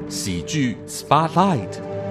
喜剧 Spotlight。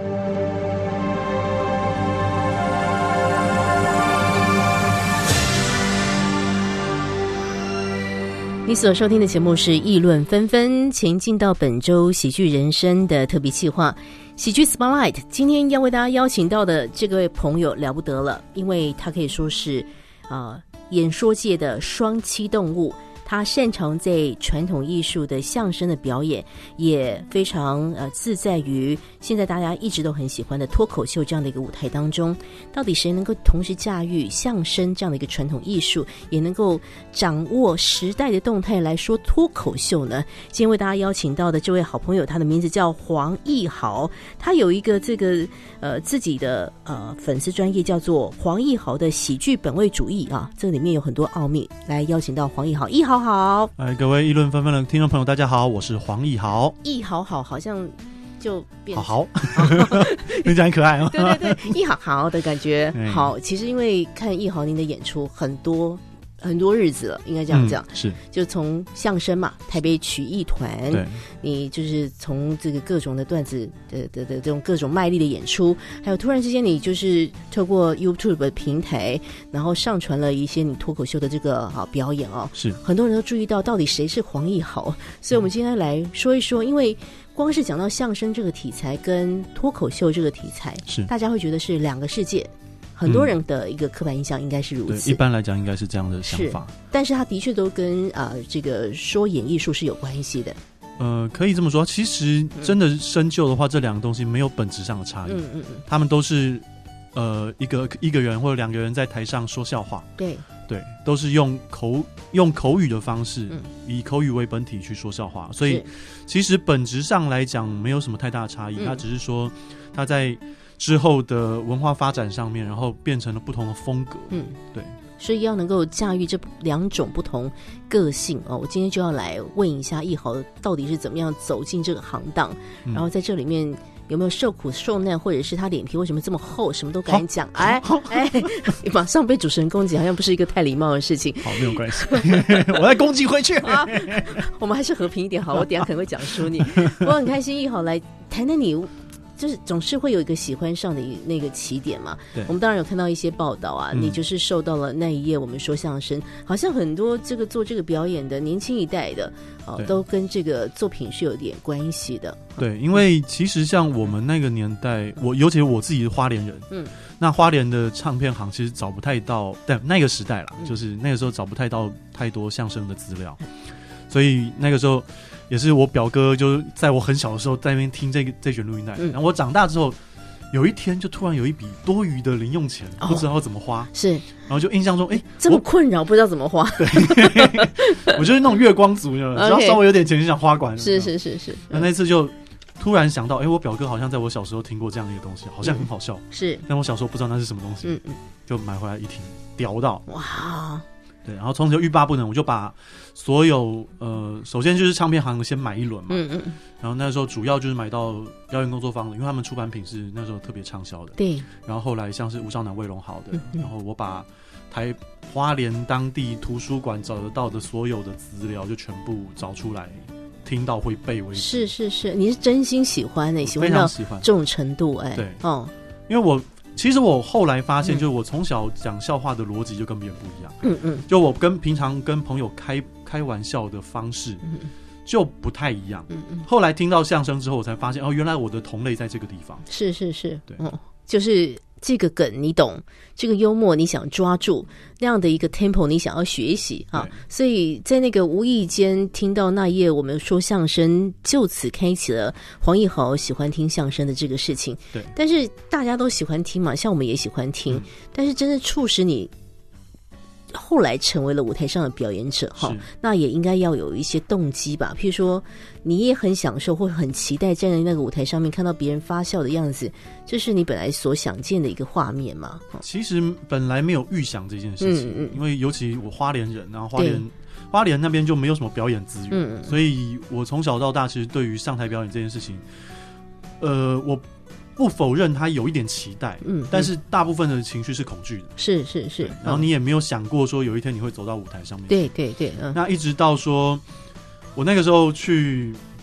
你所收听的节目是议论纷纷，前进到本周喜剧人生的特别企划喜剧 Spotlight。 今天要为大家邀请到的这位朋友了不得了，因为他可以说是演说界的双栖动物。他擅长在传统艺术的相声的表演，也非常自在于现在大家一直都很喜欢的脱口秀这样的一个舞台当中。到底谁能够同时驾驭相声这样的一个传统艺术，也能够掌握时代的动态来说脱口秀呢？今天为大家邀请到的这位好朋友，他的名字叫黄义豪，他有一个这个自己的粉丝专页叫做黄义豪的喜剧本位主义啊，这里面有很多奥秘，来邀请到黄义豪。义豪好， 各位议论纷纷的听众朋友大家好，我是黄义豪。 义豪好像就变好你讲很可爱哦。 对对对，义豪好的感觉好。其实因为看义豪您的演出很多日子了，应该这样讲， 是就从相声嘛，台北曲艺团， 对， 你就是从这个各种的段子的这种各种卖力的演出，还有突然之间你就是透过 YouTube 的平台，然后上传了一些你脱口秀的这个表演哦， 是很多人都注意到谁是黄义豪，所以我们今天来说一说，因为光是讲到相声这个题材跟脱口秀这个题材，是大家会觉得是两个世界。很多人的一个刻板印象应该是如此， 对，一般来讲应该是这样的想法， 但是他的确都跟这个说演艺术是有关系的。 可以这么说，其实真的深究的话，这两个东西没有本质上的差异，他们都是一个人或者两个人在台上说笑话，对，都是用口语的方式，以口语为本体去说笑话，所以其实本质上来讲没有什么太大的差异，它只是说他在之后的文化发展上面，然后变成了不同的风格，对， 所以要能够驾驭这两种不同个性我今天就要来问一下义豪到底是怎么样走进这个行当，然后在这里面有没有受苦受难，或者是他脸皮为什么这么厚，什么都敢讲？马上被主持人攻击，好像不是一个太礼貌的事情。 好，没有关系，我再攻击回去。 我们还是和平一点好，我等一下可能会讲输你。我很开心，义豪来谈谈你。就是总是会有一个喜欢上的那个起点嘛，我们当然有看到一些报道你就是受到了那一页我们说相声，好像很多这个做这个表演的年轻一代的都跟这个作品是有点关系的。 对，因为其实像我们那个年代，尤其我自己是花莲人，那花莲的唱片行其实找不太到，但那个时代啦，就是那个时候找不太到太多相声的资料，所以那个时候也是我表哥就在我很小的时候在那边听这卷录音带，然后我长大之后有一天就突然有一笔多余的零用钱，不知道怎么花，是，然后就印象中这么困扰不知道怎么花， 对，我就是那种月光族，只要稍微有点钱就想花光，是，那次就突然想到我表哥好像在我小时候听过这样的一个东西，好像很好笑，是，但我小时候不知道那是什么东西，就买回来一听，屌到，哇！对，然后从此就欲罢不能，我就把所有首先就是唱片行先买一轮嘛，然后那时候主要就是买到表演工作坊的，因为他们出版品是那时候特别畅销的，对，然后后来像是吴少南、魏龙豪的，然后我把花莲当地图书馆找得到的所有的资料就全部找出来，听到会背为止。是，你是真心喜欢喜欢到这种程度对，因为其实我后来发现，就是我从小讲笑话的逻辑就跟别人不一样，就我平常跟朋友开玩笑的方式就不太一样，后来听到相声之后，我才发现原来我的同类在这个地方，是，对， 就是这个梗你懂，这个幽默你想抓住，那样的一个 tempo 你想要学习所以在那个无意间听到那夜我们说相声，就此开启了黄义豪喜欢听相声的这个事情。对，但是大家都喜欢听嘛，像我们也喜欢听，但是真正促使你后来成为了舞台上的表演者那也应该要有一些动机吧，譬如说你也很享受或很期待站在那个舞台上面看到别人发笑的样子，这是你本来所想见的一个画面嘛。 其实本来没有预想这件事情，因为尤其我花莲人，然后花莲那边就没有什么表演资源，所以我从小到大其实对于上台表演这件事情我不否认他有一点期待，但是大部分的情绪是恐惧的，是，然后你也没有想过说有一天你会走到舞台上面，对，那一直到说我那个时候去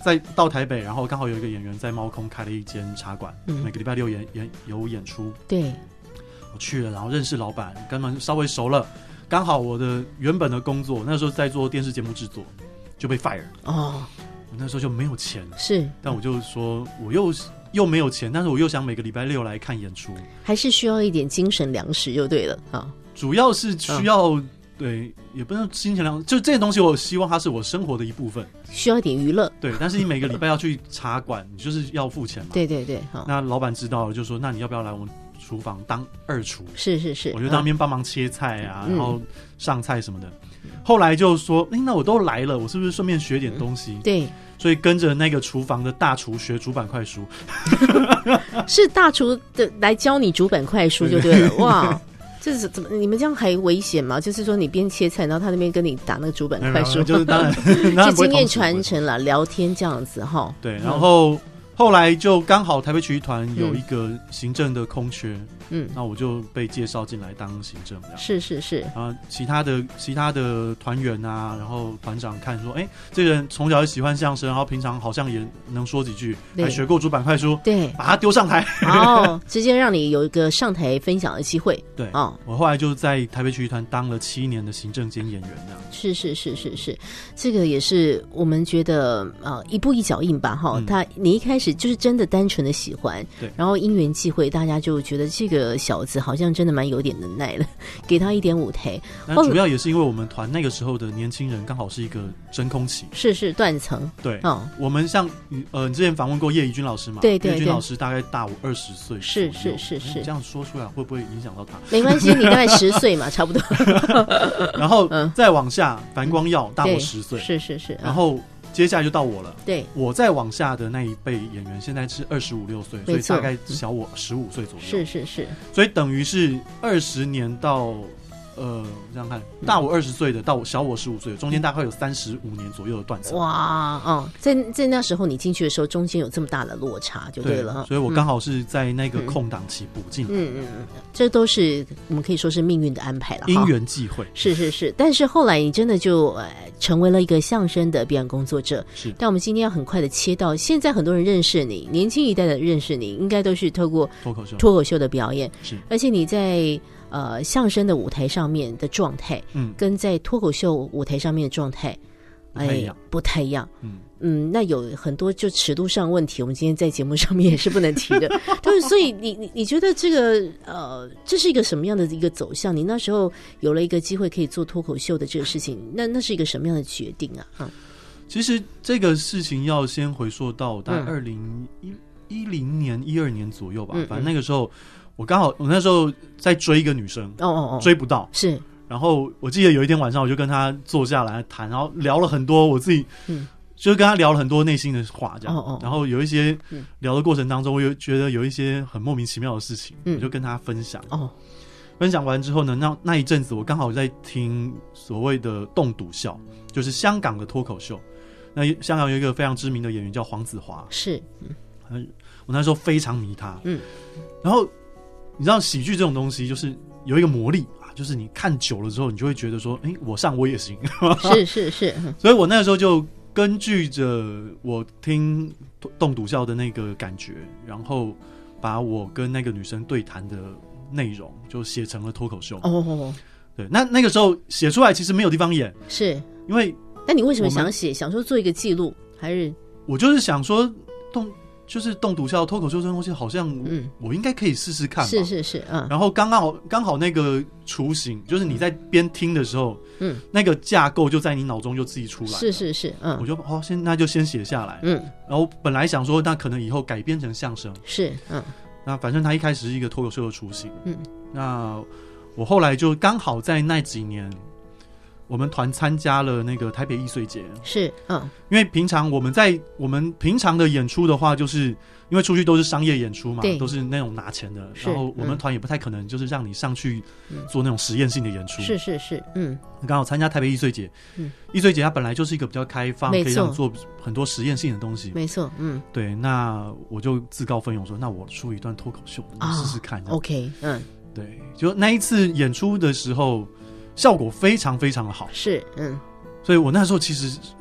再到台北，然后刚好有一个演员在猫空开了一间茶馆，每个礼拜六有演出。 对， 我去了，然后认识老板，跟他们稍微熟了。刚好我的原本的工作那时候在做电视节目制作，就被 fire。我那时候就没有钱， 是， 但我就说我又没有钱，但是我又想每个礼拜六来看演出， 还是需要一点精神粮食就对了啊。 主要是需要。对，也不能金钱粮，就这些东西，我希望它是我生活的一部分， 需要一点娱乐。 对，但是你每个礼拜要去茶馆，你就是要付钱嘛。 对对对， 那老板知道了，就说：“那你要不要来我们厨房当二厨？” 是是是， 我就当面帮忙切菜啊，然后上菜什么的。后来就说：“那我都来了，我是不是顺便学点东西？” 对， 所以跟着那个厨房的大厨学煮板块书， 是大厨的来教你煮板块书就对了，哇！这是怎么？你们这样还危险吗？就是说你边切菜，然后他那边跟你打那个煮板块书， 就是当然是经验传承啦，聊天这样子哈。 对，然后后来就刚好台北曲艺团有一个行政的空缺，那我就被介绍进来当行政。 是是是。 啊，其他的团员啊，然后团长看说，这个人从小就喜欢相声，然后平常好像也能说几句，还学过煮板块书， 对， 把他丢上台， 直接让你有一个上台分享的机会。 对，我后来就在台北曲艺团当了7年的行政兼演员，这样。 是是是是是，这个也是我们觉得一步一脚印吧，哈。你一开始就是真的单纯的喜欢， 对， 然后因缘际会，大家就觉得这个小子好像真的蛮有点能耐了，给他一点舞台。 那主要也是因为我们团那个时候的年轻人刚好是一个真空期， 是断层。 对，我们像你之前访问过叶怡君老师嘛， 对对对， 叶怡君老师大概大我20岁， 是， 这样说出来会不会影响到他？ 没关系，你大概10岁嘛，差不多。 然后再往下，樊光耀大我10岁， 是， 然后接下来就到我了。 对， 我再往下的那一辈演员现在是25、6岁，所以大概小我15岁左右。 是， 所以等于是20年到这样看，大我20岁的到小我15岁的，中间大概有35年左右的断层。 哇，在那时候你进去的时候，中间有这么大的落差，就对了。 所以我刚好是在那个空档期补进来。 这都是我们可以说是命运的安排了， 因缘际会。 是，但是后来你真的就成为了一个相声的表演工作者。 是， 但我们今天要很快的切到，现在很多人认识你，年轻一代的认识你，应该都是透过脱口秀的表演。 是， 而且你在相声的舞台上面的状态，跟在脱口秀舞台上面的状态，不太一样。那有很多就尺度上问题，我们今天在节目上面也是不能提的。对，所以你觉得这个这是一个什么样的一个走向？你那时候有了一个机会可以做脱口秀的这个事情，那是一个什么样的决定啊？ 其实这个事情要先回溯到大概2010年、12年左右吧。反正那个时候我那时候在追一个女生，追不到， 是。 然后我记得有一天晚上，我就跟她坐下来谈，然后聊了很多我自己，就是跟她聊了很多内心的话，这样。然后有一些聊的过程当中，我有觉得有一些很莫名其妙的事情，我就跟她分享。分享完之后呢，那一阵子我刚好在听所谓的冻笃笑，就是香港的脱口秀。那香港有一个非常知名的演员叫黄子华， 是， 我那时候非常迷他。然后你知道喜剧这种东西就是有一个魔力啊，就是你看久了之后，你就会觉得说，我上我也行。 是， 所以我那个时候就根据着我听冻笃笑的那个感觉，然后把我跟那个女生对谈的内容就写成了脱口秀。对，那个时候写出来其实没有地方演， 是因为那你为什么想写？想说做一个记录，还是我就是想说冻笃笑脱口秀这种东西，好像我应该可以试试看吧。 是， 然后刚好那个雏形，就是你在边听的时候，那个架构就在你脑中就自己出来了。 是， 我就那就先写下来。然后本来想说，那可能以后改编成相声。 是， 那反正他一开始是一个脱口秀的雏形。那我后来就刚好在那几年，我们团参加了那个台北艺穗节。 是， 因为平常我们平常的演出的话，就是因为出去都是商业演出嘛，都是那种拿钱的，然后我们团也不太可能就是让你上去做那种实验性的演出。 是， 刚好参加台北艺穗节。艺穗节它本来就是一个比较开放，可以让你做很多实验性的东西。 没错， 对，那我就自告奋勇说，那我出一段脱口秀，你试试看。 OK， 对，就那一次演出的时候，效果非常非常的好。 是， 所以我那时候其实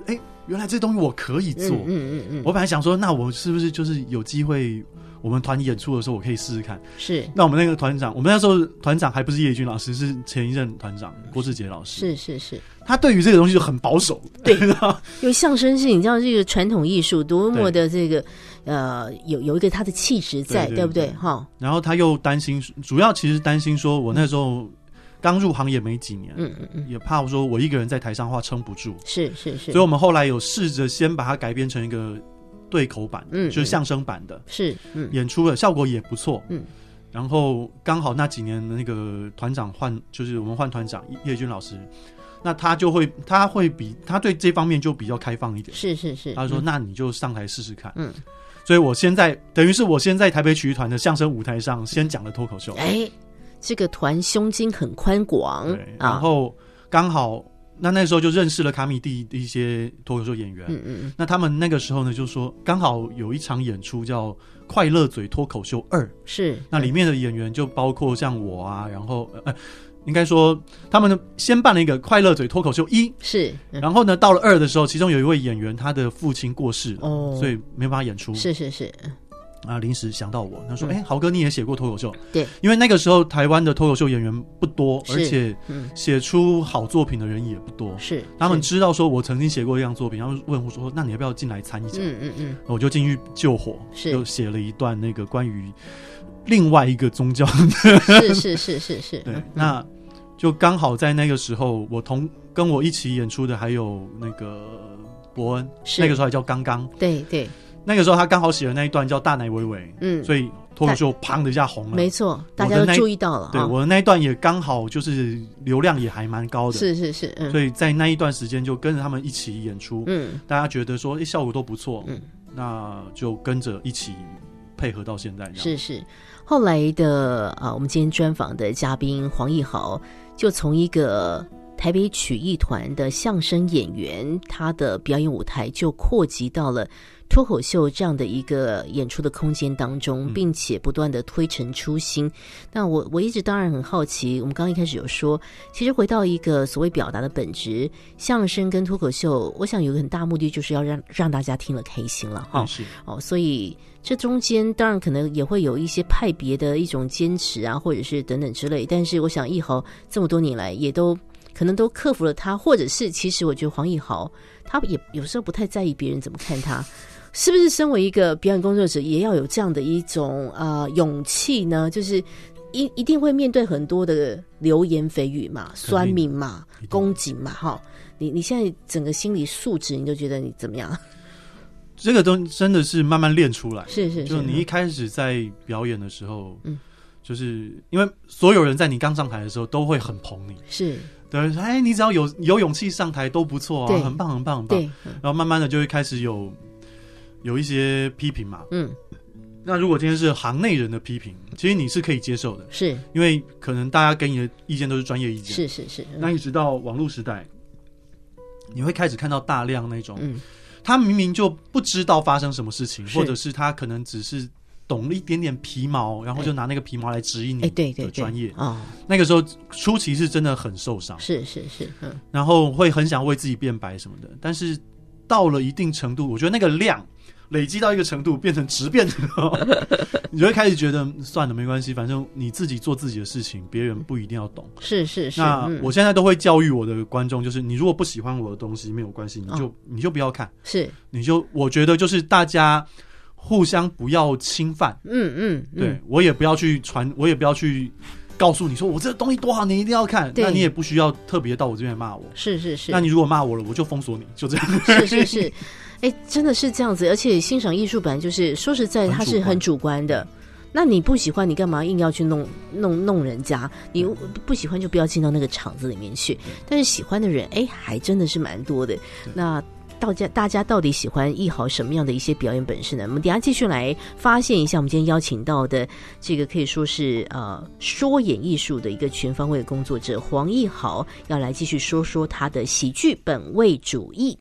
原来这东西我可以做。我本来想说，那我是不是就是有机会，我们团演出的时候我可以试试看。 是， 那我们那个团长，我们那时候团长还不是叶军老师，是前一任团长郭志杰老师。 是， 他对于这个东西就很保守。 对，因为相声是你知道这个传统艺术多么的这个有一个他的气质在， 对不对？哈。然后他又担心，主要其实担心说我那时候刚入行也没几年，也怕说我一个人在台上话撑不住。 是， 所以我们后来有试着先把它改编成一个对口版，就是相声版的，是，演出了效果也不错，然后刚好那几年的那个团长就是我们换团长叶军老师，那他会比他对这方面就比较开放一点，是，他说那你就上台试试看，所以我现在等于是我先在台北曲艺团的相声舞台上先讲了脱口秀， 这个团胸襟很宽广， 对，然后刚好那时候就认识了卡米蒂的一些脱口秀演员，那他们那个时候呢就说刚好有一场演出叫《快乐嘴脱口秀2》，是，那里面的演员就包括像我啊，然后应该说他们先办了一个《快乐嘴脱口秀1》，是，然后呢到了2的时候，其中有一位演员他的父亲过世了，所以没办法演出，是。临时想到我，他说：“豪哥，你也写过脱口秀？对，因为那个时候台湾的脱口秀演员不多，而且写出好作品的人也不多。是，他们知道说我曾经写过一样作品，他们问我说：‘那你要不要进来参一脚？’我就进去救火，就写了一段那个关于另外一个宗教的，是。对，那就刚好在那个时候，跟我一起演出的还有那个伯恩，那个时候还叫刚刚，对。”那个时候他刚好写了那一段叫大奶微微，所以脱口秀砰的一下红了，没错，大家都注意到了。对，我的那一段也刚好就是流量也还蛮高的，是，所以在那一段时间就跟着他们一起演出，大家觉得说效果都不错，那就跟着一起配合到现在。是， 后来的我们今天专访的嘉宾黄义豪，就从一个台北曲艺团的相声演员，他的表演舞台就扩及到了脱口秀这样的一个演出的空间当中，并且不断的推陈出新。那我一直当然很好奇，我们刚刚一开始有说，其实回到一个所谓表达的本质，相声跟脱口秀，我想有个很大目的就是要让大家听了开心了哈。所以这中间当然可能也会有一些派别的一种坚持啊，或者是等等之类。但是我想义豪这么多年来也都可能都克服了他，或者是其实我觉得黄义豪他也有时候不太在意别人怎么看他。是不是身为一个表演工作者也要有这样的一种勇气呢？就是一定会面对很多的流言蜚语嘛、酸民嘛、攻击嘛，哈。你现在整个心理素质，你就觉得你怎么样？ 这个都真的是慢慢练出来， 是， 就你一开始在表演的时候，就是因为所有人在你刚上台的时候都会很捧你，是。对，你只要有勇气上台都不错啊，很棒。对，然后慢慢的就会开始有一些批评嘛，那如果今天是行内人的批评，其实你是可以接受的，是因为可能大家给你的意见都是专业意见，是。那一直到网络时代，你会开始看到大量那种，他明明就不知道发生什么事情，或者是他可能只是懂了一点点皮毛，然后就拿那个皮毛来指引你的专业，那个时候初期是真的很受伤，是，然后会很想为自己辩白什么的，但是到了一定程度，我觉得那个量累积到一个程度变成质变的你就会开始觉得算了，没关系，反正你自己做自己的事情，别人不一定要懂，是。那我现在都会教育我的观众，就是你如果不喜欢我的东西没有关系，你就不要看，是，我觉得就是大家互相不要侵犯，对，我也不要去告诉你说我这个东西多好，你一定要看，那你也不需要特别到我这边骂我，是。那你如果骂我了，我就封锁你，就这样，是。真的是这样子，而且欣赏艺术本来就是说实在，它是很主观的。那你不喜欢，你干嘛硬要去弄人家？你不喜欢就不要进到那个场子里面去。但是喜欢的人，还真的是蛮多的。那大家到底喜欢义豪什么样的一些表演本事呢？我们等一下继续来发现一下。我们今天邀请到的这个可以说是说演艺术的一个全方位的工作者黄义豪，要来继续说说他的喜剧本位主义。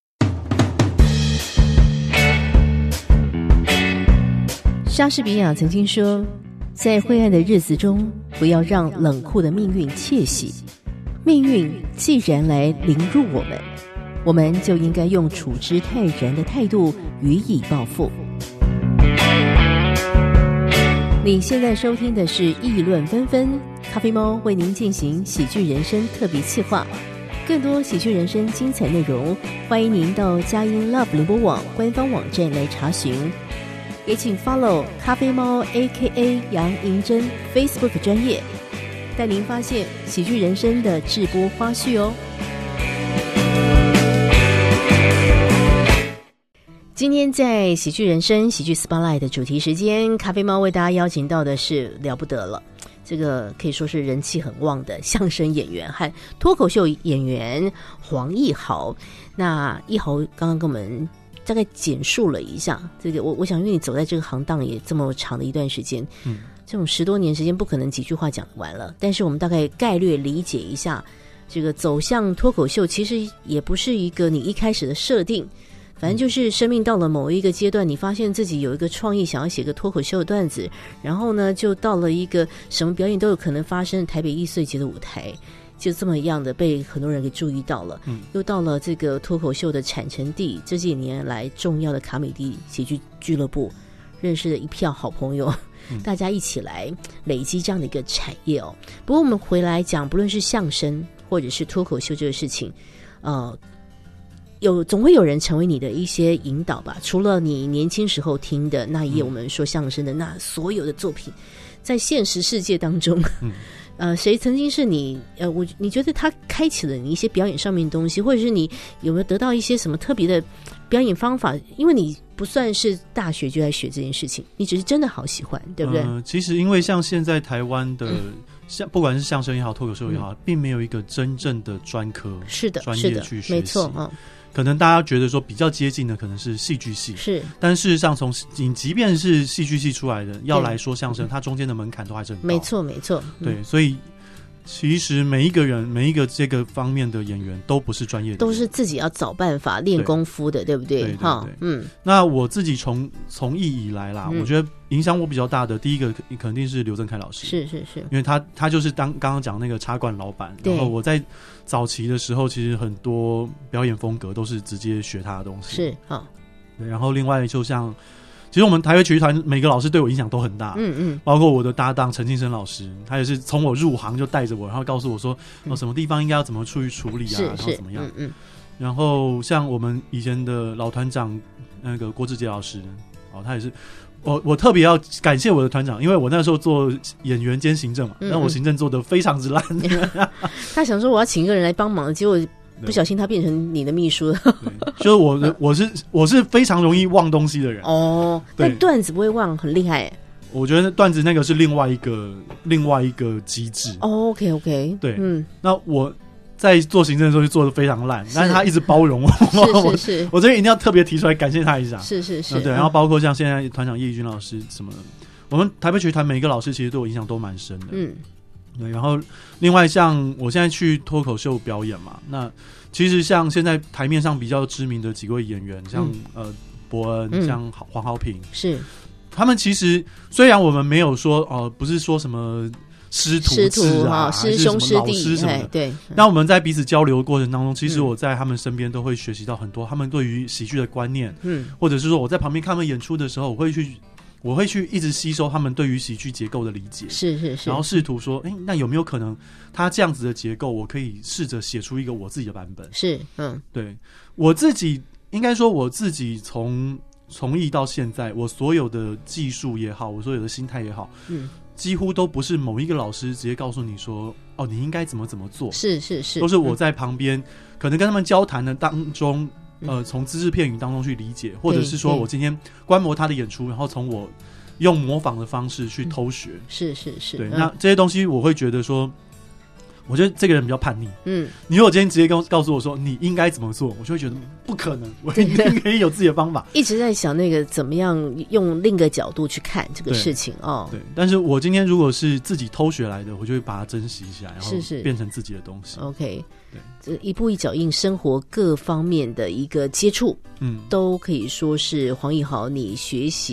莎士比亚曾经说，在灰暗的日子中，不要让冷酷的命运窃喜。命运既然来凌辱我们， 我们就应该用处之泰然的态度予以报复。你现在收听的是议论纷纷，咖啡猫为您进行喜剧人生特别企划。更多喜剧人生精彩内容，欢迎您到佳音 Love 联播网官方网站来查询，也请 follow 咖啡猫 AKA 杨银珍 Facebook 专页，带您发现喜剧人生的直播花絮哦。今天在喜剧人生喜剧 Spotlight 的主题时间，咖啡猫为大家邀请到的是了不得了，这个可以说是人气很旺的相声演员和脱口秀演员黄义豪。那义豪刚刚跟我们大概简述了一下这个，我想因为你走在这个行当也这么长的一段时间，这种10多年时间不可能几句话讲完了，但是我们大概概略理解一下，这个走向脱口秀其实也不是一个你一开始的设定，反正就是生命到了某一个阶段，你发现自己有一个创意，想要写个脱口秀的段子，然后呢就到了一个什么表演都有可能发生的台北艺穗节的舞台，就这么样的被很多人给注意到了，又到了这个脱口秀的产生地，这几年来重要的卡米蒂喜剧俱乐部，认识了一票好朋友，大家一起来累积这样的一个产业哦。不过我们回来讲，不论是相声或者是脱口秀这个事情，总会有人成为你的一些引导吧。除了你年轻时候听的那一页我们说相声的那所有的作品，在现实世界当中，谁曾经是你你觉得他开启了你一些表演上面的东西，或者是你有没有得到一些什么特别的表演方法？因为你不算是大学就在学这件事情，你只是真的好喜欢，对不对？ 其实因为像现在台湾的不管是相声也好，脱口秀也好，并没有一个真正的专科，是的，专业去学习，没错。可能大家觉得说比较接近的可能是戏剧系，是，但事实上你即便是戏剧系出来的，要来说相声，它中间的门槛都还是很高，没错没错。对，所以其实每一个人每一个这个方面的演员都不是专业的，都是自己要找办法练功夫的，对不对？哈，那我自己从艺以来啦，我觉得影响我比较大的第一个肯定是刘振凯老师，是，因为他就是刚刚讲那个茶馆老板，然后我在早期的时候，其实很多表演风格都是直接学他的东西，是啊。对，然后另外就像，其实我们台北曲艺团每个老师对我影响都很大，包括我的搭档陈庆生老师，他也是从我入行就带着我，然后告诉我说，什么地方应该要怎么处理啊，然后怎么样，然后像我们以前的老团长那个郭志杰老师，他也是。我特别要感谢我的团长，因为我那时候做演员兼行政嘛，但我行政做得非常之烂。他想说我要请一个人来帮忙，结果不小心他变成你的秘书了。就是我是非常容易忘东西的人哦，但段子不会忘，很厉害耶。我觉得段子那个是另外一个机制。OK， 对，那我在做行政的时候就做得非常烂，但是他一直包容我，是，我这边一定要特别提出来感谢他一下，是，对，然后包括像现在团长叶义军老师什么的，我们台北曲艺团每一个老师其实对我影响都蛮深的，对，然后另外像我现在去脱口秀表演嘛，那其实像现在台面上比较知名的几位演员，像伯恩，像黄豪平，是，他们其实虽然我们没有说不是说什么师徒制啊，师兄师弟什么的，对。那我们在彼此交流的过程当中，其实我在他们身边都会学习到很多他们对于喜剧的观念，或者是说我在旁边看他们演出的时候，我会去一直吸收他们对于喜剧结构的理解，是，然后试图说，那有没有可能他这样子的结构，我可以试着写出一个我自己的版本？是，对，我自己应该说我自己从艺到现在，我所有的技术也好，我所有的心态也好，几乎都不是某一个老师直接告诉你说，你应该怎么做，是，都是我在旁边可能跟他们交谈的当中，从只字片语当中去理解，或者是说我今天观摩他的演出，然后从我用模仿的方式去偷学，是，对，那这些东西我会觉得说，我觉得这个人比较叛逆，你如果今天直接告诉我说你应该怎么做，我就会觉得不可能，我一定可以有自己的方法。一直在想那个怎么样用另一个角度去看这个事情对，但是我今天如果是自己偷学来的，我就会把它珍惜起来，然后变成自己的东西。OK， 对，一步一脚印，生活各方面的一个接触，都可以说是黄义豪你学习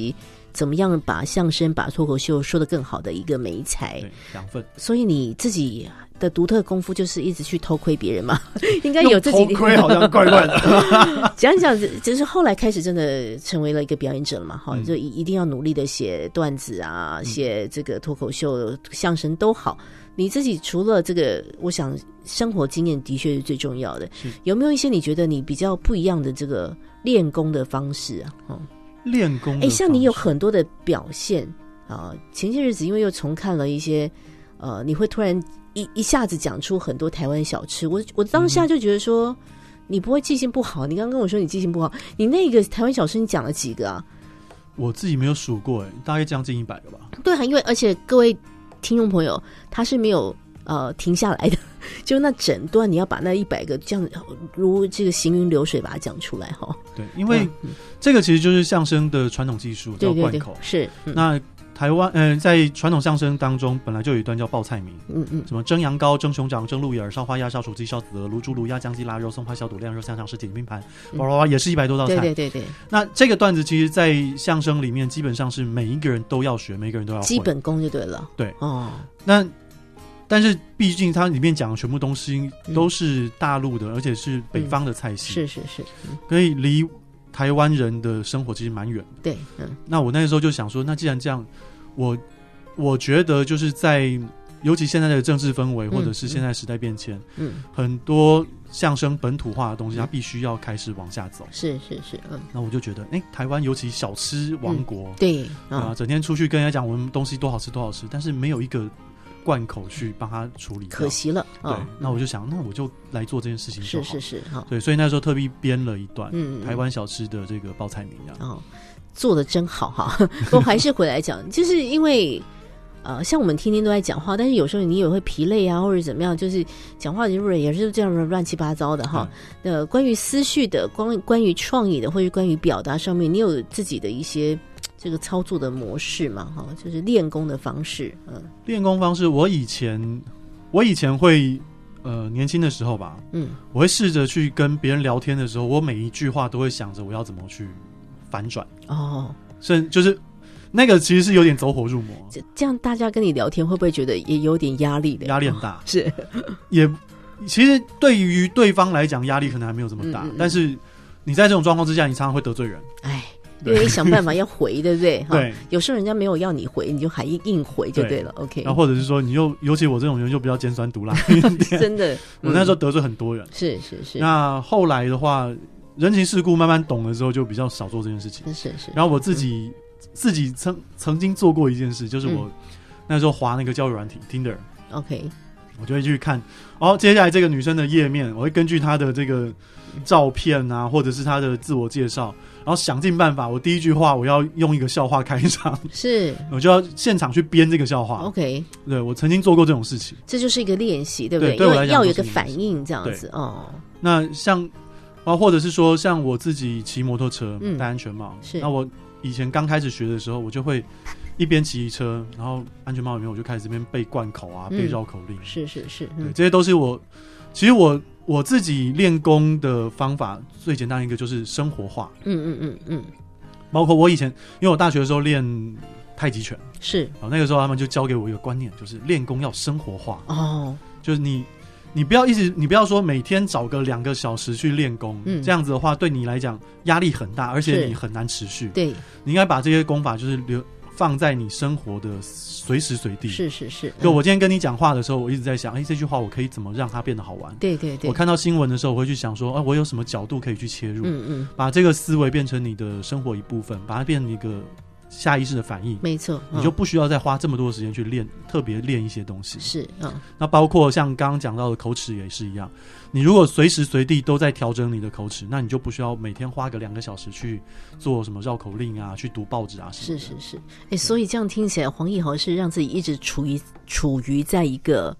怎么样把相声、把脱口秀说得更好的一个媒材， 对，养分。 所以你自己的独特功夫就是一直去偷窥别人嘛，应该有自己偷窥，好像怪怪的。 讲讲，就是后来开始真的成为了一个表演者了嘛，哈，就一定要努力的写段子啊，写这个脱口秀、相声都好。你自己除了这个，我想生活经验的确是最重要的。有没有一些你觉得你比较不一样的这个练功的方式啊？ 练功的方式， 像你有很多的表现啊，前些日子因为又重看了一些，你会突然一下子讲出很多台湾小吃，我当下就觉得说，你不会记性不好？你刚刚跟我说你记性不好，你那个台湾小吃你讲了几个啊？ 我自己没有数过，大概将近100个吧。 对啊，因为而且各位听众朋友，他是没有停下来的，就那整段你要把那100个这样如这个行云流水把它讲出来哈。对， 因为这个其实就是相声的传统技术，叫贯口。 是， 那台湾在传统相声当中本来就有一段叫报菜名，什么蒸羊羔、蒸熊掌、蒸鹿眼、烧花鸭、烧雏鸡、烧子鹅、卤猪、卤鸭、姜鸡、腊肉、松花小肚、晾肉、香肠、什锦拼盘，也是100多道菜。 对。 那这个段子其实在相声里面基本上是每一个人都要学，每一个人都要会， 基本功就对了。 对但是毕竟它里面讲的全部东西都是大陆的，而且是北方的菜系， 是， 所以离台湾人的生活其实蛮远的。 对， 那我那个时候就想说，那既然这样，我觉得就是在尤其现在的政治氛围，或者是现在时代变迁，很多相声本土化的东西，它必须要开始往下走。 是， 那我就觉得，台湾尤其小吃王国， 对整天出去跟人家讲我们东西多好吃多好吃，但是没有一个贯口去帮他处理， 可惜了。 对，那我就想，那我就来做这件事情就好。 是， 对，所以那时候特地编了一段台湾小吃的这个报菜名， 做得真好哈。不过还是回来讲，就是因为像我们天天都在讲话，但是有时候你也会疲累啊，或者怎么样，就是讲话也是这样乱七八糟的哈。关于思绪的，关于创意的，或者关于表达上面，你有自己的一些这个操作的模式嘛？哈，就是练功的方式。 练功方式，我以前会年轻的时候吧，我会试着去跟别人聊天的时候，我每一句话都会想着我要怎么去反转。就是那个其实是有点走火入魔。 这样大家跟你聊天会不会觉得也有点压力的？ 压力很大， 是其实对于对方来讲压力可能还没有这么大，但是你在这种状况之下，你常常会得罪人。 因为你想办法要回，对不对？ 对， 有时候人家没有要你回，你就还硬回就对了。OK， 然后或者是说，你尤其我这种人就比较尖酸毒辣， 真的。 我那时候得罪很多人。 是。 那后来的话，人情世故慢慢懂了之后，就比较少做这件事情。 是。 然后我自己曾经做过一件事，就是我那时候滑那个交友软体 Tinder。OK。我就会去看，接下来这个女生的页面，我会根据她的这个照片啊，或者是她的自我介绍，然后想尽办法，我第一句话我要用一个笑话开场，是，我就要现场去编这个笑话。OK， 对，我曾经做过这种事情，这就是一个练习，对不对？对我来讲要有一个反应，这样子哦。那像或者是说，像我自己骑摩托车戴安全帽，是，那我以前刚开始学的时候，我就会一边骑车，然后安全帽里面我就开始这边背贯口啊，背绕口令。是，对，这些都是其实我自己练功的方法最简单一个就是生活化。包括我以前，因为我大学的时候练太极拳，是，那个时候他们就教给我一个观念，就是练功要生活化。就是你不要说每天找个2个小时去练功，这样子的话对你来讲压力很大，而且你很难持续。对，你应该把这些功法就是放在你生活的随时随地。是。就我今天跟你讲话的时候，我一直在想，这句话我可以怎么让它变得好玩？对。我看到新闻的时候，我会去想说，我有什么角度可以去切入？把这个思维变成你的生活一部分，把它变成一个下意识的反应。没错，你就不需要再花这么多的时间去练，特别练一些东西。是，那包括像刚刚讲到的口齿也是一样。你如果随时随地都在调整你的口齿，那你就不需要每天花个2个小时去做什么绕口令啊，去读报纸啊什么的。是。所以这样听起来，黄奕豪是让自己一直处于在一个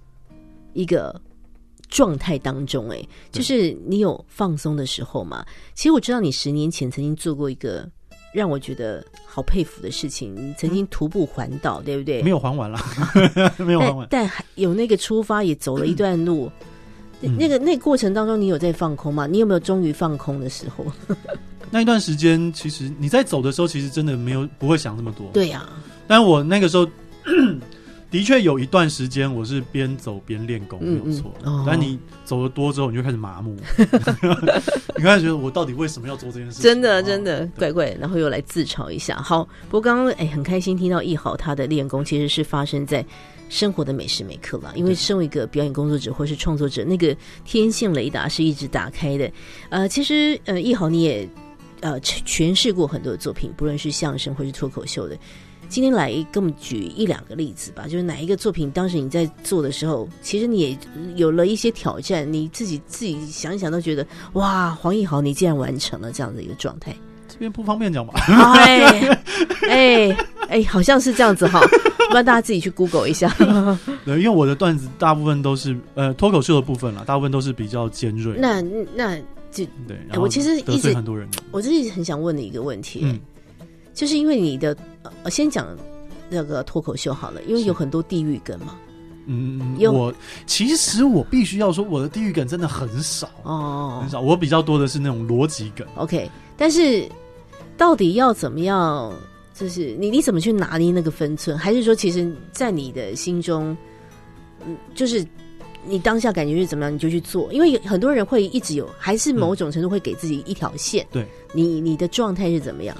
状态当中。就是你有放松的时候嘛。其实我知道你10年前曾经做过一个让我觉得好佩服的事情，你曾经徒步环岛，对不对？没有环完了，没有环完，但有那个出发，也走了一段路。那过程当中，你有在放空吗？你有没有终于放空的时候？ 那一段时间，其实你在走的时候，其实真的不会想这么多。 对呀、 但我那个时候的确有一段时间，我是边走边练功，没有错。但你走得多之后，你就开始麻木，你开始觉得我到底为什么要做这件事情？ 真的怪怪，然后又来自嘲一下。好，不过刚刚很开心听到奕豪他的练功其实是发生在生活的每时每刻啦，因为身为一个表演工作者或是创作者，那个天线雷达是一直打开的。其实奕豪你也诠释过很多的作品，不论是相声或是脱口秀的。今天来跟我们举1-2个例子吧，就是哪一个作品当时你在做的时候，其实你也有了一些挑战，你自己想一想都觉得哇，黄奕豪你竟然完成了这样的一个状态。 这边不方便讲吧？ 好像是这样子哈，不然大家自己去 Google 一下。 对，因为我的段子大部分都是脱口秀的部分啦，大部分都是比较尖锐。 那就对， 我其实得罪很多人。我自己很想问你一个问题，就是因为你的先讲那个脱口秀好了，因为有很多地域梗嘛。 其实我必须要说，我的地域梗真的很少很少，我比较多的是那种逻辑梗。 OK， 但是到底要怎么样？就是你怎么去拿捏那个分寸？还是说，其实，在你的心中，就是你当下感觉是怎么样，你就去做？因为很多人会一直有，还是某种程度会给自己一条线。对，你的状态是怎么样？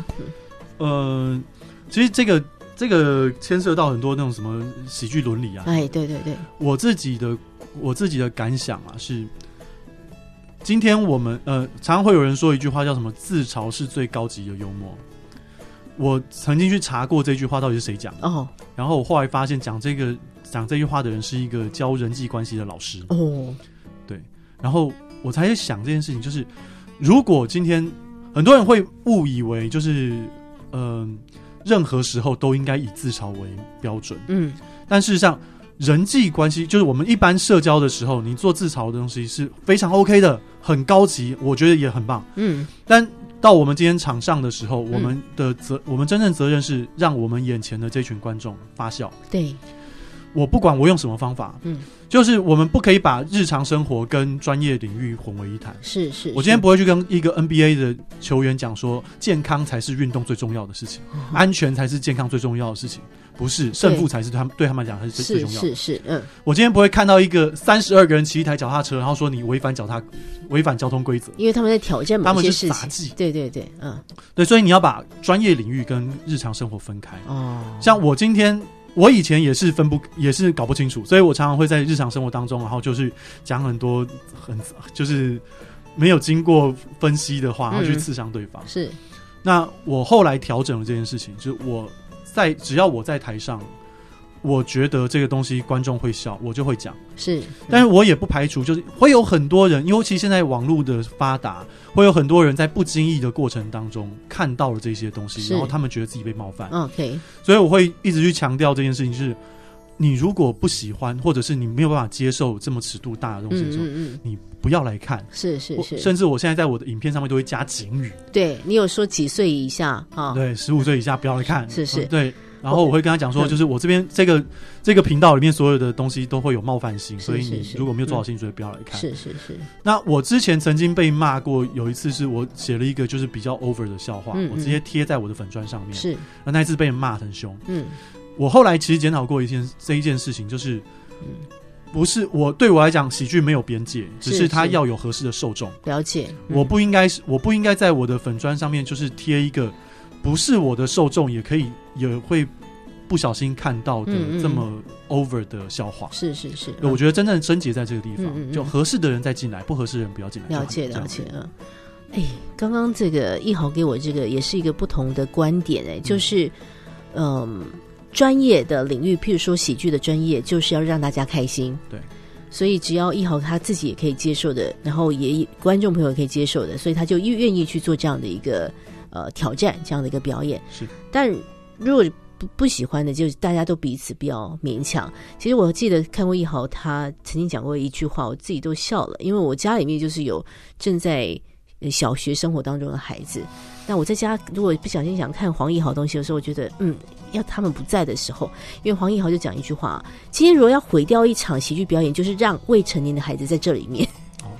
其实这个牵涉到很多那种什么喜剧伦理啊。 对， 我自己的感想啊是，今天我们常常会有人说一句话叫什么"自嘲是最高级的幽默"。我曾经去查过这句话到底是谁讲的，然后我后来发现讲这句话的人是一个教人际关系的老师。对，然后我才想这件事情，就是如果今天很多人会误以为就是任何时候都应该以自嘲为标准，但事实上人际关系就是我们一般社交的时候，你做自嘲的东西是非常 OK 的，很高级，我觉得也很棒。但到我们今天场上的时候，我们真正责任是让我们眼前的这群观众发笑。对，我不管我用什么方法，就是我们不可以把日常生活跟专业领域混为一谈。是，我今天不会去跟一个 NBA 的球员讲说，健康才是运动最重要的事情，安全才是健康最重要的事情。不是，胜负才是对他们讲才是最重要的。是，我今天不会看到一个32个人骑一台脚踏车，然后说你违反交通规则， 因为他们在挑战某些事情， 他们是杂技。对， 对， 所以你要把专业领域跟日常生活分开。像我以前也是搞不清楚，所以我常常会在日常生活当中，然后就是讲很多就是没有经过分析的话，然后去刺伤对方。是，那我后来调整了这件事情，就是只要我在台上，我觉得这个东西观众会笑，我就会讲。是，但是我也不排除就是会有很多人，尤其现在网络的发达，会有很多人在不经意的过程当中看到了这些东西，然后他们觉得自己被冒犯。OK， 所以我会一直去强调这件事情，是你如果不喜欢，或者是你没有办法接受这么尺度大的东西的时候，你不要来看。是，甚至我现在在我的影片上面都会加警语。对，你有说几岁以下啊？对，15岁以下不要来看。是，对。然后我会跟他讲说，就是我这边这个频道里面所有的东西都会有冒犯性，所以你如果没有做好心理准备，不要来看。是。那我之前曾经被骂过，有一次是我写了一个就是比较 over 的笑话，我直接贴在我的粉专上面。是，那一次被人骂很凶。我后来其实检讨过这一件事情，就是不是对我来讲，喜剧没有边界，只是它要有合适的受众。了解。我不应该在我的粉专上面就是贴一个不是我的受众也会不小心看到的这么 over 的笑话。是。我觉得真正的症结在这个地方，就合适的人再进来，不合适的人不要进来。了解。刚刚这个奕豪给我这个也是一个不同的观点，就是专业的领域，譬如说喜剧的专业，就是要让大家开心。对，所以只要奕豪他自己也可以接受的，然后也观众朋友也可以接受的，所以他就愿意去做这样的一个挑战，这样的一个表演。是，但如果不喜欢的，就是大家都彼此不要勉强。其实我记得看过奕豪他曾经讲过一句话，我自己都笑了，因为我家里面就是有正在小学生活当中的孩子，那我在家如果不小心想看黄奕豪东西的时候，我觉得要他们不在的时候，因为黄奕豪就讲一句话，今天如果要毁掉一场喜剧表演，就是让未成年的孩子在这里面。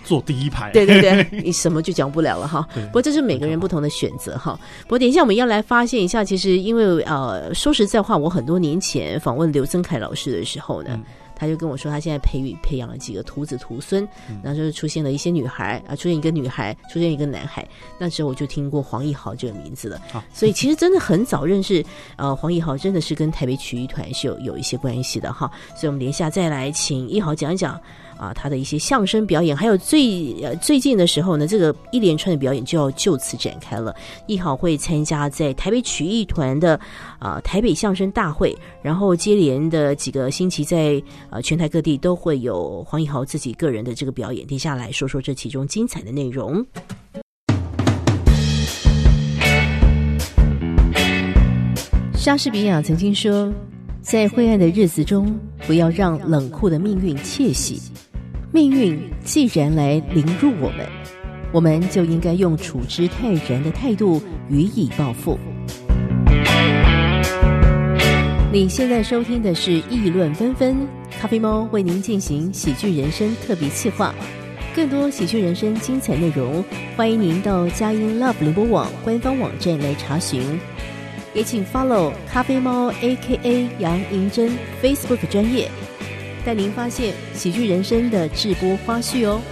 坐第一排。 对对对，你什么就讲不了了哈。不过这是每个人不同的选择哈。不过等一下我们要来发现一下，其实因为说实在话，我很多年前访问刘增凯老师的时候呢。他就跟我说，他现在培养了几个徒子徒孙，然后就是出现了一些女孩出现一个女孩，出现一个男孩。那时候我就听过黄义豪这个名字了，所以其实真的很早认识黄义豪，真的是跟台北曲艺团是有一些关系的哈。所以我们连下再来请义豪讲一讲他的一些相声表演，还有最近的时候呢，这个一连串的表演就要就此展开了。义豪会参加在台北曲艺团的台北相声大会，然后接连的几个星期在全台各地都会有黄义豪自己个人的这个表演。接下来说说这其中精彩的内容。莎士比亚曾经说，在灰暗的日子中，不要让冷酷的命运窃喜。命运既然来凌辱我们就应该用处之泰然的态度予以报复。你现在收听的是议论纷纷，咖啡猫为您进行喜剧人生特别企划。更多喜剧人生精彩内容，欢迎您到佳音 Love 联播网官方网站来查询，也请 follow 咖啡猫 AKA 杨银珍 Facebook 专页，带您发现喜剧人生的直播花絮哦。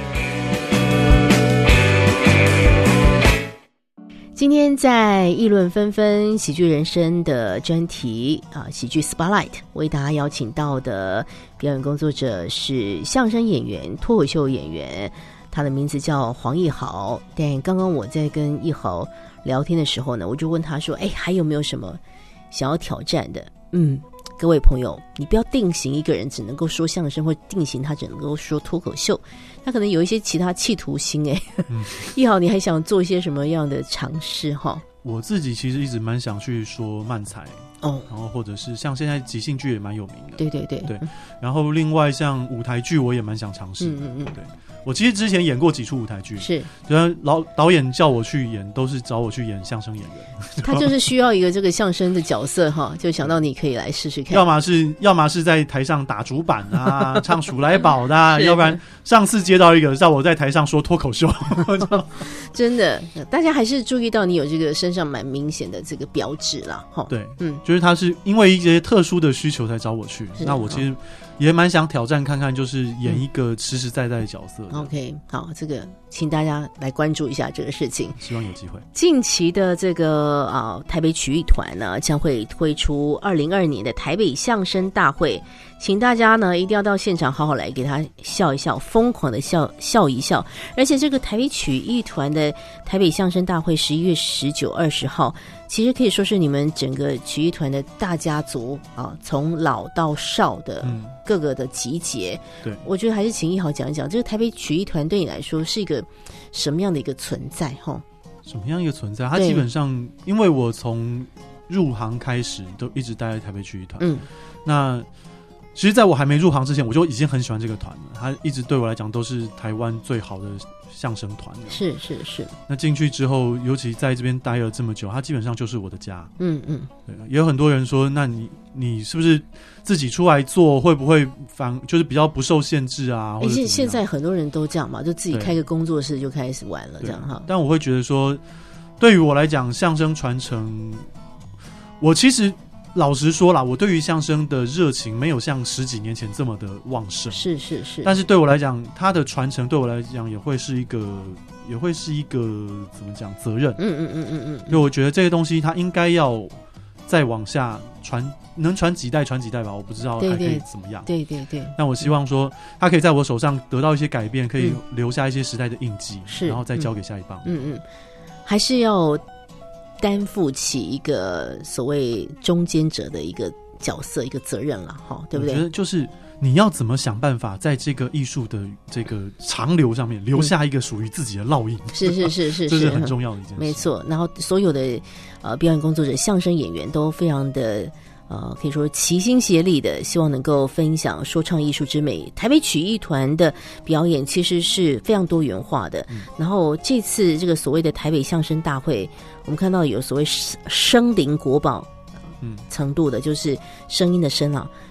今天在议论纷纷喜剧人生的专题喜剧 Spotlight 为大家邀请到的表演工作者是相声演员、脱口秀演员，他的名字叫黄义豪。但刚刚我在跟义豪聊天的时候呢，我就问他说还有没有什么想要挑战的？各位朋友，你不要定型一个人只能够说相声，或定型他只能够说脱口秀，他可能有一些其他企图心义豪，你还想做一些什么样的尝试哈？ 我自己其实一直蛮想去说漫才然后或者是像现在即兴剧也蛮有名的，对，然后另外像舞台剧我也蛮想尝试对，我其实之前演过几出舞台剧，是，导演叫我去演，都是找我去演相声演员。 他就是需要一个这个相声的角色哈，就想到你可以来试试看。 要么是在台上打竹板唱数来宝的要不然上次接到一个让我在台上说脱口秀。 真的，大家还是注意到你有这个身上蛮明显的这个标志啦齁。 对，就是他是因为一些特殊的需求才找我去，那我其实也蛮想挑战看看，就是演一个实实在在的角色。 OK， 好，这个请大家来关注一下这个事情， 希望有机会。 近期的这个台北曲艺团呢，将会推出2022年的台北相声大会，请大家呢一定要到现场好好来给他笑一笑，疯狂的笑一笑。而且这个台北曲艺团的台北相声大会11月19、20号，其实可以说是你们整个曲艺团的大家族从老到少的各个的集结。对，我觉得还是请义豪讲一讲，这个台北曲艺团对你来说是一个什么样的一个存在齁？ 什么样一个存在？它基本上，因为我从入行开始都一直待在台北曲艺团，那其实在我还没入行之前，我就已经很喜欢这个团了。它一直对我来讲都是台湾最好的相声团了。是。那进去之后，尤其在这边待了这么久，它基本上就是我的家。对，也有很多人说，那你是不是自己出来做，会不会就是比较不受限制啊？ 现在很多人都这样嘛，就自己开个工作室就开始玩了，这样哈。 但我会觉得说，对于我来讲，相声传承，我其实老实说啦，我对于相声的热情没有像10几年前这么的旺盛。是。但是对我来讲，它的传承对我来讲也会是一个怎么讲责任。因为我觉得这个东西它应该要再往下传，能传几代吧，我不知道还可以怎么样。对。但我希望说，它可以在我手上得到一些改变，可以留下一些时代的印记，然后再交给下一棒。 还是要担负起一个所谓中间者的一个角色、一个责任了哈，对不对？ 我觉得就是你要怎么想办法在这个艺术的这个长流上面留下一个属于自己的烙印。是，这是很重要的一件事。 没错。然后所有的表演工作者、相声演员都非常的可以说齐心协力的，希望能够分享说唱艺术之美。台北曲艺团的表演其实是非常多元化的。然后这次这个所谓的台北相声大会，我们看到有所谓声林国宝程度的，就是声音的声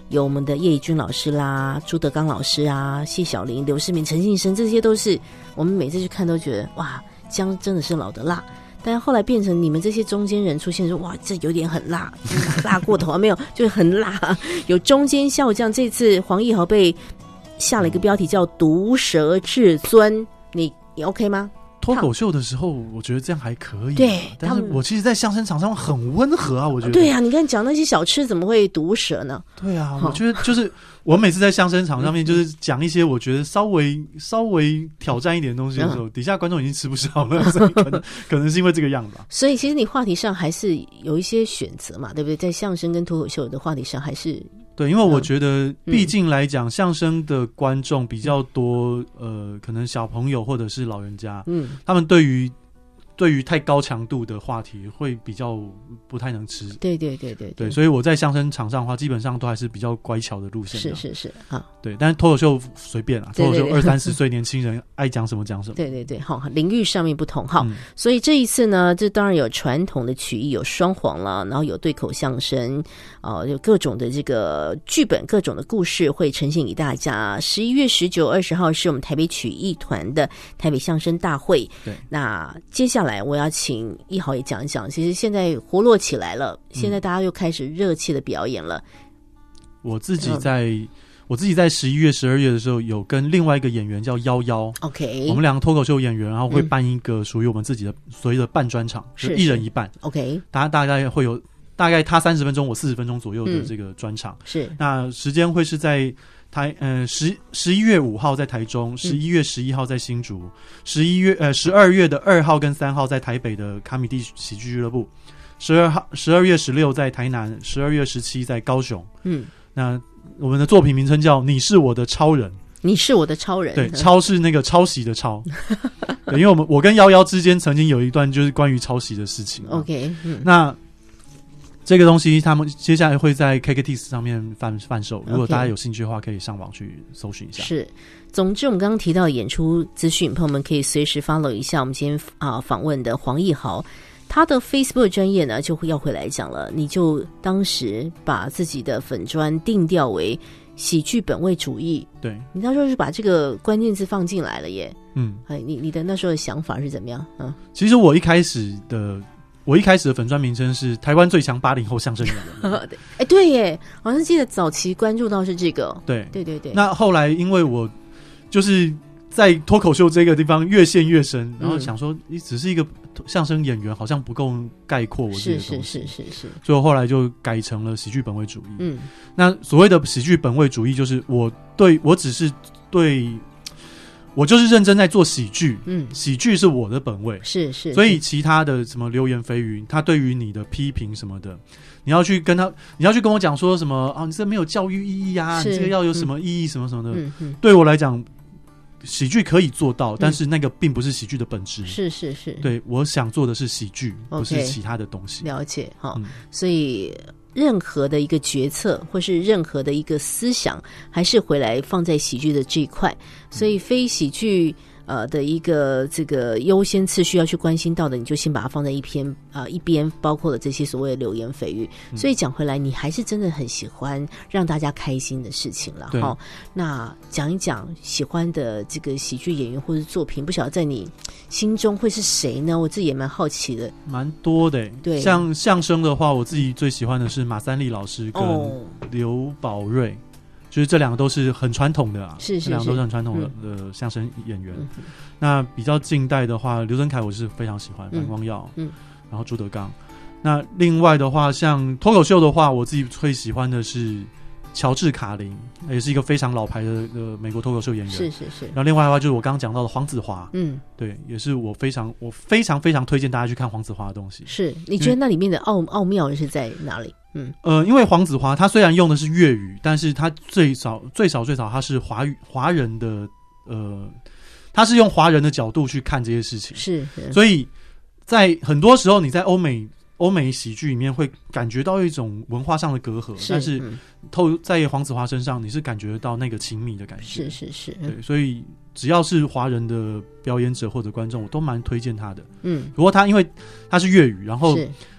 有我们的叶怡君老师啦、朱德刚老师啊、谢小玲、刘世明、陈信生，这些都是我们每次去看都觉得哇，姜真的是老的辣。但是后来变成你们这些中间人出现说，哇，这有点很辣，辣过头啊，没有，就是很辣。有中间笑匠，这次黄义豪被下了一个标题叫“毒舌至尊”，你 OK 吗？ 脱口秀的时候，我觉得这样还可以。 对， 但是我其实，在相声场上很温和啊，我觉得。 对啊，你看讲那些小吃，怎么会毒舌呢？ 对啊，我觉得就是我每次在相声场上面，就是讲一些我觉得稍微挑战一点的东西的时候，底下观众已经吃不消了，所以可能是因为这个样吧。 所以其实你话题上还是有一些选择嘛，对不对？在相声跟脱口秀的话题上还是。 对，因为我觉得，毕竟来讲，相声的观众比较多，可能小朋友或者是老人家，他们对于太高强度的话题会比较不太能吃。对，所以我在相声场上的话，基本上都还是比较乖巧的路线。 是啊， 对，但是脱口秀随便啦，脱口秀20-30岁年轻人爱讲什么讲什么。 对，好，领域上面不同哈，所以这一次呢，这当然有传统的曲艺，有双簧了，然后有对口相声，有各种的这个剧本，各种的故事会呈现给大家。11月19、20号是我们台北曲艺团的台北相声大会。 对， 那接下来我要请一豪也讲一讲，其实现在活络起来了，现在大家又开始热切的表演了。 我自己在11月、12月的时候，有跟另外一个演员叫夭夭 ，OK， 我们两个脱口秀演员，然后会办一个属于我们自己的所谓的半专场，是一人一半 ，OK， 大概会有大概他30分钟，我40分钟左右的这个专场， 是那时间会是在11月5号在台中，11月11号在新竹，12月的2号跟3号在台北的卡米蒂喜剧俱乐部，12月16在台南，12月17在高雄。那我们的作品名称叫《你是我的超人》。 你是我的超人， 对，抄是那个抄袭的抄。对，因为我跟夭夭之间曾经有一段就是关于抄袭的事情。 OK， 那这个东西他们接下来会在 KKTIX 上面贩售，如果大家有兴趣的话，可以上网去搜寻一下。 是，总之我们刚刚提到的演出资讯，朋友们可以随时 follow 一下我们今天访问的黄义豪。他的 Facebook 专页呢就会要回来讲了，你就当时把自己的粉专定调为喜剧本位主义， 对， 你那时候是把这个关键字放进来了耶。你的那时候的想法是怎么样？ 其实我一开始的粉专名称是台湾最强80后相声演员。 对耶，好像记得早期关注到是这个。 对。 那后来因为我就是在脱口秀这个地方越陷越深，然后想说你只是一个相声演员好像不够概括我这些东西，是，所以我后来就改成了喜剧本位主义。那所谓的喜剧本位主义就是我就是认真在做喜剧，喜剧是我的本位， 是， 所以其他的什么流言蜚语，他对于你的批评什么的，你要去跟我讲说什么你这没有教育意义啊，你这个要有什么意义什么什么的，对我来讲。喜剧可以做到，但是那个并不是喜剧的本质。是。对，我想做的是喜剧，不是其他的东西。 了解哈，所以任何的一个决策或是任何的一个思想，还是回来放在喜剧的这一块。所以非喜剧的一个这个优先次序要去关心到的，你就先把它放在一边，包括了这些所谓的流言蜚语。所以讲回来，你还是真的很喜欢让大家开心的事情了哈。那讲一讲喜欢的这个喜剧演员或者作品，不晓得在你心中会是谁呢？我自己也蛮好奇的。 蛮多的，对。像相声的话，我自己最喜欢的是马三立老师跟刘宝瑞。就是这两个都是很传统的这两个都是很传统的相声演员。那比较近代的话，刘增凯我是非常喜欢，范光耀，然后朱德刚。那另外的话，像脱口秀的话，我自己最喜欢的是乔治卡林，也是一个非常老牌的美国脱口秀演员。是。然后另外的话，就是我刚刚讲到的黄子华，对，也是我非常非常推荐大家去看黄子华的东西。是， 你觉得那里面的奥妙是在哪里？ 因为黄子华他虽然用的是粤语，但是他最少他是华人的他是用华人的角度去看这些事情，是，所以在很多时候你在欧美喜剧里面会感觉到一种文化上的隔阂，但是在黄子华身上你是感觉到那个亲密的感觉，是，对，所以只要是华人的表演者或者观众，我都蛮推荐他的。不过他因为他是粤语，然后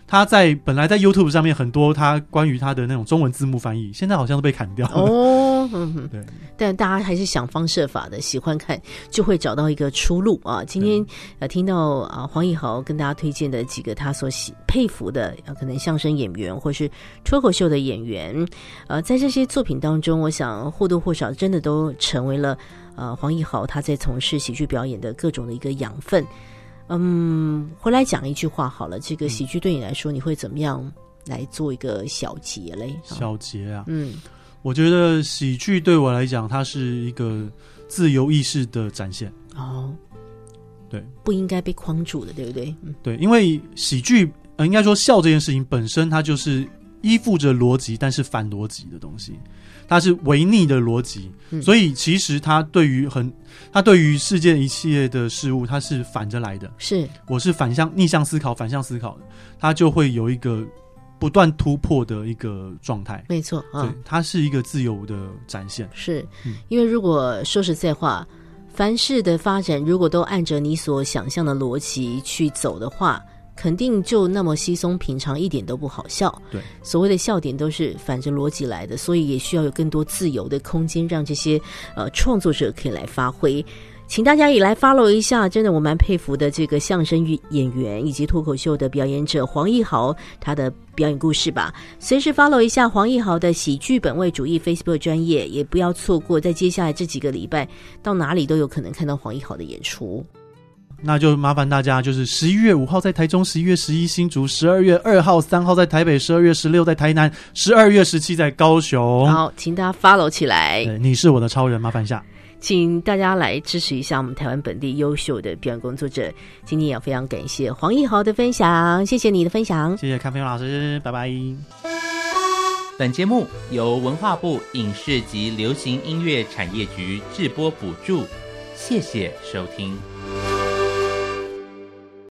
他本来在 YouTube 上面很多他关于他的那种中文字幕翻译，现在好像都被砍掉了哦。 对， 但大家还是想方设法的，喜欢看就会找到一个出路啊。今天听到黄义豪跟大家推荐的几个他所佩服的可能相声演员或是脱口秀的演员，在这些作品当中，我想或多或少真的都成为了黄义豪他在从事喜剧表演的各种的一个养分。回来讲一句话好了，这个喜剧对你来说，你会怎么样来做一个小结嘞？ 小结啊，我觉得喜剧对我来讲，它是一个自由意识的展现。哦，对， 不应该被框住的，对不对？ 对，因为喜剧，应该说笑这件事情本身，它就是依附着逻辑，但是反逻辑的东西。它是违逆的逻辑，所以其实它对于世界一切的事物，它是反着来的。是，我是逆向思考、反向思考的，它就会有一个不断突破的一个状态。 没错， 对，它是一个自由的展现。 是，因为如果说实在话，凡事的发展如果都按着你所想象的逻辑去走的话，肯定就那么稀松平常，一点都不好笑。对，所谓的笑点都是反着逻辑来的，所以也需要有更多自由的空间，让这些创作者可以来发挥。请大家也来 follow 一下，真的我蛮佩服的这个相声演员以及脱口秀的表演者黄义豪他的表演故事吧。随时 follow 一下黄义豪的喜剧本位主义 Facebook 专页，也不要错过在接下来这几个礼拜到哪里都有可能看到黄义豪的演出。 那就麻烦大家，就是11月5号在台中，11月11新竹，12月2号、3号在台北，12月16在台南，12月17在高雄。 好，请大家 follow 起来。 你是我的超人，麻烦一下。 请大家来支持一下我们台湾本地优秀的表演工作者。今天也非常感谢黄义豪的分享，谢谢你的分享， 谢谢康飞老师，拜拜。 本节目由文化部影视及流行音乐产业局制播补助，谢谢收听。